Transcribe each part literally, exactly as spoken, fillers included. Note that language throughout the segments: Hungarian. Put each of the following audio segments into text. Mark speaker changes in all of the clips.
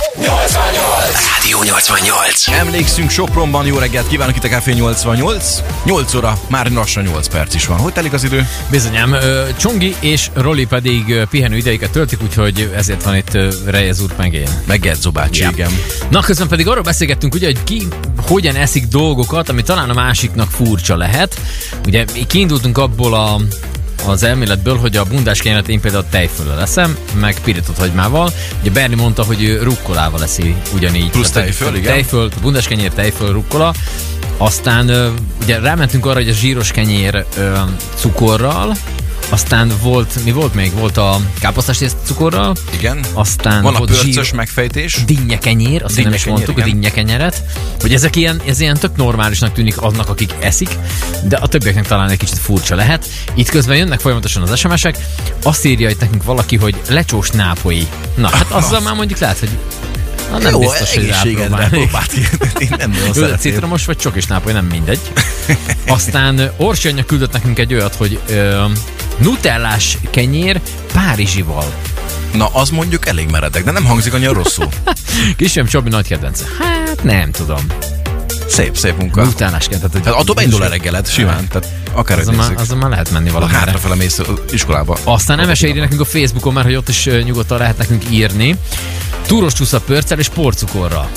Speaker 1: nyolcvannyolc Rádió nyolcvannyolc.
Speaker 2: Emlékszünk Sopronban, jó reggelt kívánok, itt a Café nyolcvannyolc. nyolc óra, már lassan nyolc perc is van. Hogy telik az idő?
Speaker 3: Bizonyám, Csongi és Roli pedig pihenő idejüket töltik, úgyhogy ezért van itt Reyes úr meg én.
Speaker 2: Meg Gedzo bácsi, ja. Igen.
Speaker 3: Na, közben pedig arról beszélgettünk, ugye, hogy ki hogyan eszik dolgokat, ami talán a másiknak furcsa lehet. Ugye kiindultunk abból a az elméletből, hogy a bundás kenyeret én például tejföllel eszem, meg pirított hagymával. Ugye Berni mondta, hogy ő rukkolával eszi ugyanígy.
Speaker 2: Plusz tejföl, igen.
Speaker 3: Tejföl, bundás kenyér, tejföl, rukkola. Aztán ugye rámentünk arra, hogy a zsíros kenyér cukorral, aztán volt, mi volt még? Volt a káposztás cukorral.
Speaker 2: Igen.
Speaker 3: Aztán
Speaker 2: van a
Speaker 3: volt
Speaker 2: pörcös
Speaker 3: zsír... megfejtés. Dinnyekenyér, azt nem is mondtuk, igen. A dinnyekenyeret. Hogy ezek ilyen, ez ilyen tök normálisnak tűnik aznak, akik eszik, de a többieknek talán egy kicsit furcsa lehet. Itt közben jönnek folyamatosan az es em es-ek. Azt írja itt nekünk valaki, hogy lecsós nápolyi. Na, hát azzal már mondjuk lehet, hogy na, nem
Speaker 2: jó,
Speaker 3: biztos, hogy rápróbálni.
Speaker 2: Én nem nagyon szeretném.
Speaker 3: Citromos vagy csokis nápoly, nem mindegy. Aztán Orsi anyja küldött nekünk egy olyat, hogy ö, nutellás kenyér Párizsival.
Speaker 2: Na, az mondjuk elég meredek, de nem hangzik annyira rosszul.
Speaker 3: Kisem Csabi nagy kedvence. Hát nem tudom.
Speaker 2: Szép, szép munka.
Speaker 3: Nutellás kenyér. Tehát,
Speaker 2: tehát attól beindul a reggeled, simán. Tehát akár
Speaker 3: azon már, azon már lehet menni valamire.
Speaker 2: Hátrafele mész iskolába.
Speaker 3: Aztán nem esélyri nekünk a Facebookon, mert hogy ott is nyugodtan lehet nekünk írni. Túros csúsza pörccel és porcukorral.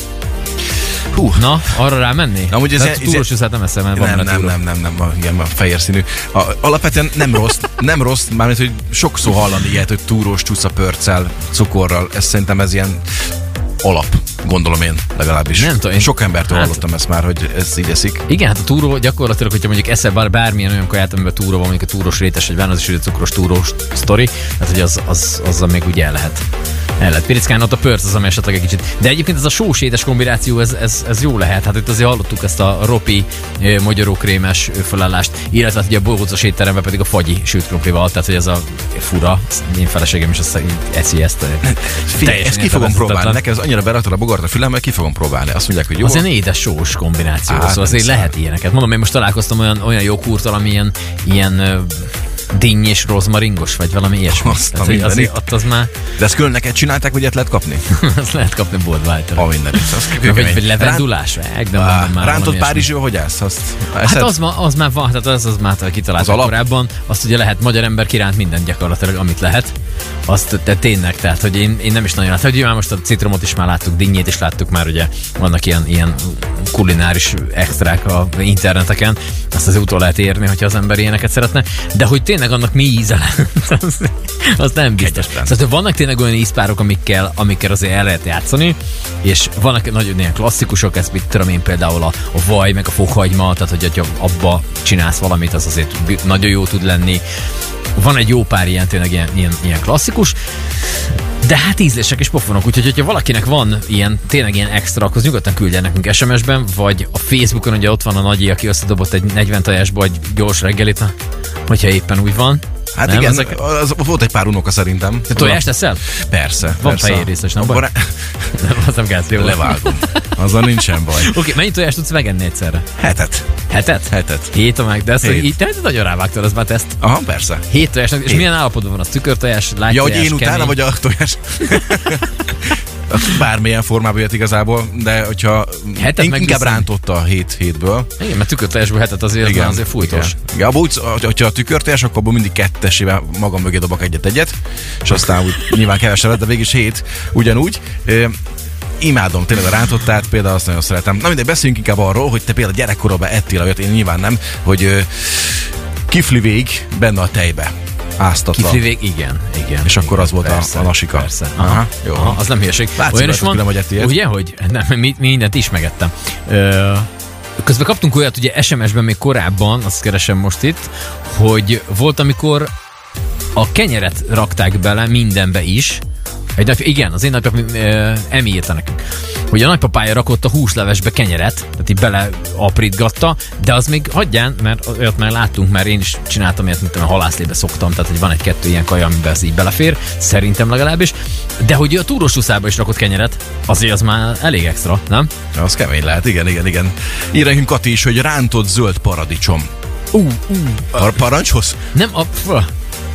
Speaker 3: Hú. Na, arra rá menni?
Speaker 2: Na, ugye
Speaker 3: ez túros csúszát nem eszem, mert
Speaker 2: nem,
Speaker 3: van
Speaker 2: nem, nem, nem, nem, nem, igen, van fehér színű. A, alapvetően nem rossz, nem rossz, mármint, hogy sokszor hallani ilyet, hogy túrós csúsza pörccel, cukorral. Ez szerintem ez ilyen alap, gondolom én legalábbis. Nem tudom, én sok embertől hát, hallottam ezt már, hogy ezt így eszik.
Speaker 3: Igen, hát a túró gyakorlatilag, hogyha mondjuk eszel bár bármilyen olyan kaját, amiben túró van, mondjuk a túrós rétes, vagy van az is egy cukros túrós sztori, hát hogy az, az, azzal még úgy el lehet. El lehet pirickálni, ott a pörc az, ami esetleg egy kicsit. De egyébként ez a sós-édes kombináció, ez, ez, ez jó lehet. Hát itt azért hallottuk ezt a ropi magyarókrémes felállást, illetve ugye a bohócos étteremben pedig a fagyi sült krumplival, tehát hogy ez a fura, én feleségem is azt eszi ezt.
Speaker 2: Figyelj, ezt ki fogom próbálni. Nekem ez annyira beraktad a bogart a fülembe, ki fogom próbálni. Azt mondják, hogy jó.
Speaker 3: Az egy édes-sós kombináció, á, szóval azért lehet ilyeneket. Mondom, én most találkoztam olyan, olyan joghurttal, ami ilyen, ilyen dinny és rozmaringos, vagy valami ilyesmi. Tehát, hogy azért ott az már...
Speaker 2: De ezt külön neked csinálták, vagy ilyet lehet kapni?
Speaker 3: Azt lehet kapni Budweiser.
Speaker 2: A minden is.
Speaker 3: Vagy, vagy levendulás, Ránt...
Speaker 2: már rántott párizsival hogy állsz? Azt,
Speaker 3: hát az, ma, az már van, tehát az, az már kitaláltak korábban. Azt ugye lehet, magyar ember kiránt mindent gyakorlatilag, amit lehet. Azt te tényleg, tehát, hogy én, én nem is nagyon látom. Hogy már most a citromot is már láttuk, dinnyét is láttuk már, ugye vannak ilyen, ilyen kulináris extrák a interneteken. Azt az utól lehet érni, hogyha az ember ilyeneket szeretne. De hogy tényleg annak mi íze lehet, az, az nem biztos. Szóval vannak tényleg olyan ízpárok, amikkel, amikkel azért el lehet játszani, és vannak nagyon ilyen klasszikusok, ezt mit tudom én, például a, a vaj, meg a fokhagyma, tehát hogy ha abba csinálsz valamit, az azért nagyon jó tud lenni. Van egy jó pár ilyen, tényleg ilyen, ilyen, ilyen klasszikus, de hát ízlések és pofonok, úgyhogy hogyha valakinek van ilyen, tényleg ilyen extra, akkor nyugodtan küldjen nekünk es em es-ben, vagy a Facebookon, ugye ott van a Nagyi, aki összedobott egy negyven tojásba egy gyors reggelit, hogyha éppen úgy van.
Speaker 2: Hát nem, igen, ezek... az, volt egy pár unoka szerintem.
Speaker 3: Te tojást teszel?
Speaker 2: Persze.
Speaker 3: Van fehér részes, nem baj? Nem, az nem gáz, jó.
Speaker 2: Levágom. Azzal nincsen baj.
Speaker 3: Oké, okay, mennyi tojást tudsz megenni egyszerre?
Speaker 2: Hetet.
Speaker 3: Hetet?
Speaker 2: Hetet.
Speaker 3: Hét a meg, de ezt így te nagyon rávágtad, az már teszt.
Speaker 2: Aha, persze.
Speaker 3: Hét tojásnak, és milyen állapotban van az? Tükörtojás, lágytojás,
Speaker 2: ja, hogy én utána kemény. Vagy a tojás? Bármilyen formában jött igazából, de hogyha hetet inkább viszont... rántotta a hét hétből.
Speaker 3: Igen, mert tükörtojásból hetet azért, igen, azért fújtos. Igen,
Speaker 2: igen, abból úgy, hogyha a tükörtojás, akkor abból mindig kettesével magam mögé dobok egyet-egyet, és aztán úgy nyilván kevesebbet, de végig is hét ugyanúgy. Imádom tényleg a rántottát, például azt nagyon szeretem. Na mindegy, beszéljünk inkább arról, hogy te például gyerekkorodban ettél olyat, én nyilván nem, hogy kifli vég benne a tejbe. Áztatva.
Speaker 3: Kifli vég, igen, igen.
Speaker 2: És akkor az volt
Speaker 3: persze,
Speaker 2: a, a nasika.
Speaker 3: Persze. Aha, Aha, jó. Aha, az nem hülyeség.
Speaker 2: Olyan is van,
Speaker 3: hogy ugye, hogy nem, mi, mindent is megettem. Ö, közben kaptunk olyat, ugye es em es-ben még korábban, azt keresem most itt, hogy volt, amikor a kenyeret rakták bele mindenbe is. Egy nap, igen, az én nagypapám uh, Emi írta nekünk, hogy a nagypapája rakott a húslevesbe kenyeret, tehát így bele aprítgatta, de az még hagyján, mert olyat már láttunk, mert én is csináltam ilyet, mint a halászlébe szoktam, tehát hogy van egy-kettő ilyen kaja, amiben ez így belefér, szerintem legalábbis, de hogy a túros suszába is rakott kenyeret, azért az már elég extra, nem?
Speaker 2: Az kemény lehet, igen, igen, igen. Ír nekünk Kati is, hogy rántott zöld paradicsom.
Speaker 3: Ú, uh, ú.
Speaker 2: Uh, Par- parancshoz?
Speaker 3: Nem, a...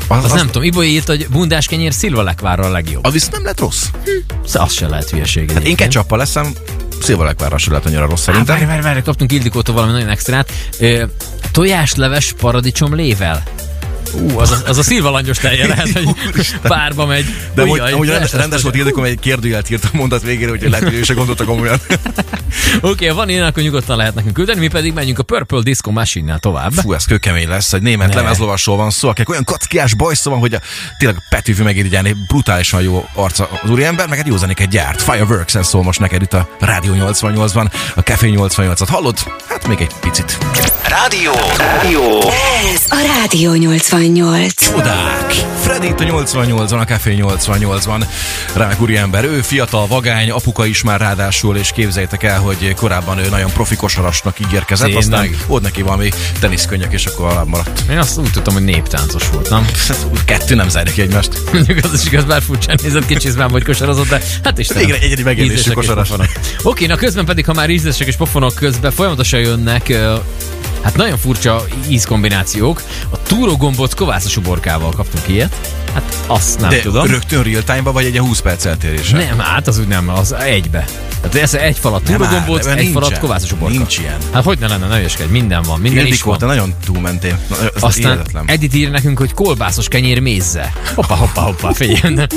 Speaker 3: Az, az, az nem tudom, Ibolyi írt, hogy bundás kenyér szilvalekvárral a legjobb.
Speaker 2: Az viszont nem lett rossz.
Speaker 3: Hm. Az se lehet hülyeség.
Speaker 2: Hát én ketchuppal leszem, szilvalekvárral se lehet annyira rossz szerintem.
Speaker 3: Várj, várj, várj, kaptunk Ildikótól valami nagyon extrát. Ö, tojásleves paradicsom lével. Ú, az, a, az a szilvalangyos telje lehet, hogy párba megy.
Speaker 2: De amúgy, amúgy rendes, rendes volt Ildikó, egy kérdőjelt írt a mondat végére, úgyhogy lehet, hogy ő se gondolta komolyan.
Speaker 3: Oké, okay, ha van ilyen, akkor nyugodtan lehet nekünk küldeni, mi pedig menjünk a Purple Disco Machine-nál tovább.
Speaker 2: Fú, ez kőkemény lesz, egy német ne. lemezlovasról van szó, akinek olyan kackiás bajsza van, hogy a, tényleg a Petőfi megirigyelni, brutálisan jó arca az úriember, meg egy jó zenéket gyárt. Fireworks-en szól most neked itt a Rádió nyolcvannyolcban, a Café nyolcvannyolcat hallod? Hát még egy picit.
Speaker 1: Rádió! Rádió!
Speaker 4: Ez a Rádió nyolcvannyolc.
Speaker 2: Csodák! Freddy itt a nyolcvannyolcban, a Café nyolcvannyolcban. Remek úriember, ő fiatal, vagány, apuka is már ráadásul, és képzeljétek el, hogy korábban ő nagyon profi kosarasnak ígérkezett,
Speaker 3: Tényleg?
Speaker 2: aztán ott neki valami teniszkönnyek, és akkor alább maradt.
Speaker 3: Én azt úgy tudtam, hogy néptáncos volt, nem?
Speaker 2: Kettő nem zárja ki egymást.
Speaker 3: Mondjuk az is igaz, bár furcsán nézett, kicsizmán vagy kosarazott, de hát Istenem.
Speaker 2: Végre egyedi megélésű kosaras.
Speaker 3: Oké, na közben pedig, ha már ízlések és pofonok közben folyamatosan jönnek, hát nagyon furcsa ízkombinációk. A túrógombot kovászos uborkával kaptunk ilyet. Hát azt nem
Speaker 2: de
Speaker 3: tudom.
Speaker 2: Rögtön real time-ba, vagy egy húsz perc eltérése?
Speaker 3: Nem, hát az úgy nem, az egybe. Tehát ez egy falat túrógombot, egy falat kovászos uborka.
Speaker 2: Nincs ilyen.
Speaker 3: Hát hogy ne lenne, ne ügyeskedj, minden van, minden
Speaker 2: Ildikó,
Speaker 3: is van.
Speaker 2: te nagyon túlmentél.
Speaker 3: Aztán Edith ír nekünk, hogy kolbászos kenyér mézze. Hoppa, hoppa, hoppa, figyelj.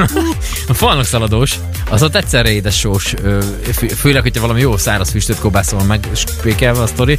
Speaker 3: A falnak szaladós, az ott egyszerre édes sós, főleg, hogyha valami jó száraz füstöt kolbászol meg spékelve a sztori.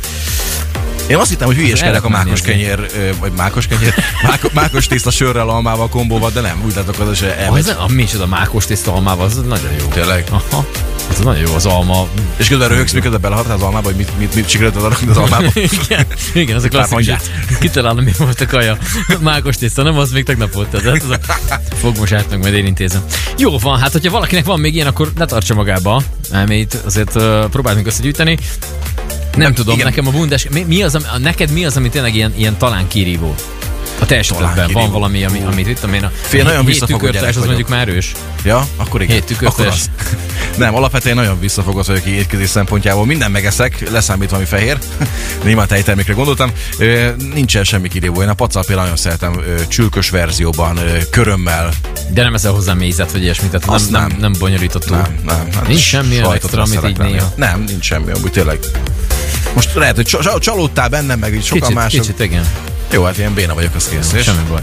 Speaker 2: Én azt hittem, hogy hülyéskedek a mákos kenyér, vagy mákos kenyér, mákos, mákos tészta sörrel, almával, kombóval, de nem, úgy látok, az se elmegy.
Speaker 3: Az, a, mi is az a mákos tészta almával, az nagyon jó.
Speaker 2: Tényleg?
Speaker 3: Aha. Az nagyon jó az alma.
Speaker 2: És közben röhögsz, miközben belehartál az almába, hogy mit, mit, mit sikerült adatni az almába.
Speaker 3: igen, igen, az a klasszikus. Kitalálom, mi volt a kaja. Mákos tészta, nem, az még tegnap volt. Tehát az a fogmosát meg majd én intézem. Jó van, hát hogyha valakinek van még ilyen, akkor ne tartsa magába. Elmét azért uh, próbáltunk összegyűjteni. Nem tudom, igen. Nekem a bundás, mi, mi az, ami, neked mi az, ami tényleg ilyen, ilyen talán kirívó? A te esetedben van valami, ami, amit itt, amilyen a
Speaker 2: Fél, nagyon
Speaker 3: hét tükörtes, az mondjuk már erős.
Speaker 2: Ja, akkor igen.
Speaker 3: Hét tükörtes.
Speaker 2: Nem, alapvetően nagyon visszafogott vagyok étkezés szempontjából. Minden megeszek, leszámít valami fehér. Némán tejtermékre gondoltam. Nincsen semmi kirívó. Én a pacal például nagyon szeretem csülkös verzióban, körömmel.
Speaker 3: De nem eszel hozzá mézet, vagy ilyesmit, tehát nem, nem, nem bonyolított túl.
Speaker 2: Nem, nem, nem.
Speaker 3: Nincs semmi olyan extra, amit így néha.
Speaker 2: Nem, nincs semmi, amúgy tényleg. Most lehet, hogy csalódtál bennem, meg így sokan
Speaker 3: kicsit,
Speaker 2: mások.
Speaker 3: Kicsit, igen.
Speaker 2: Jó, hát ilyen béna vagyok, az kész.
Speaker 3: Semmi baj.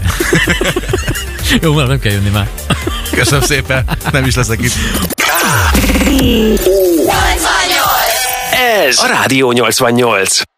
Speaker 3: Jó, már nem kell jönni már.
Speaker 2: Köszönöm szépen, nem is leszek itt.
Speaker 1: Ez a Rádió nyolcvannyolc.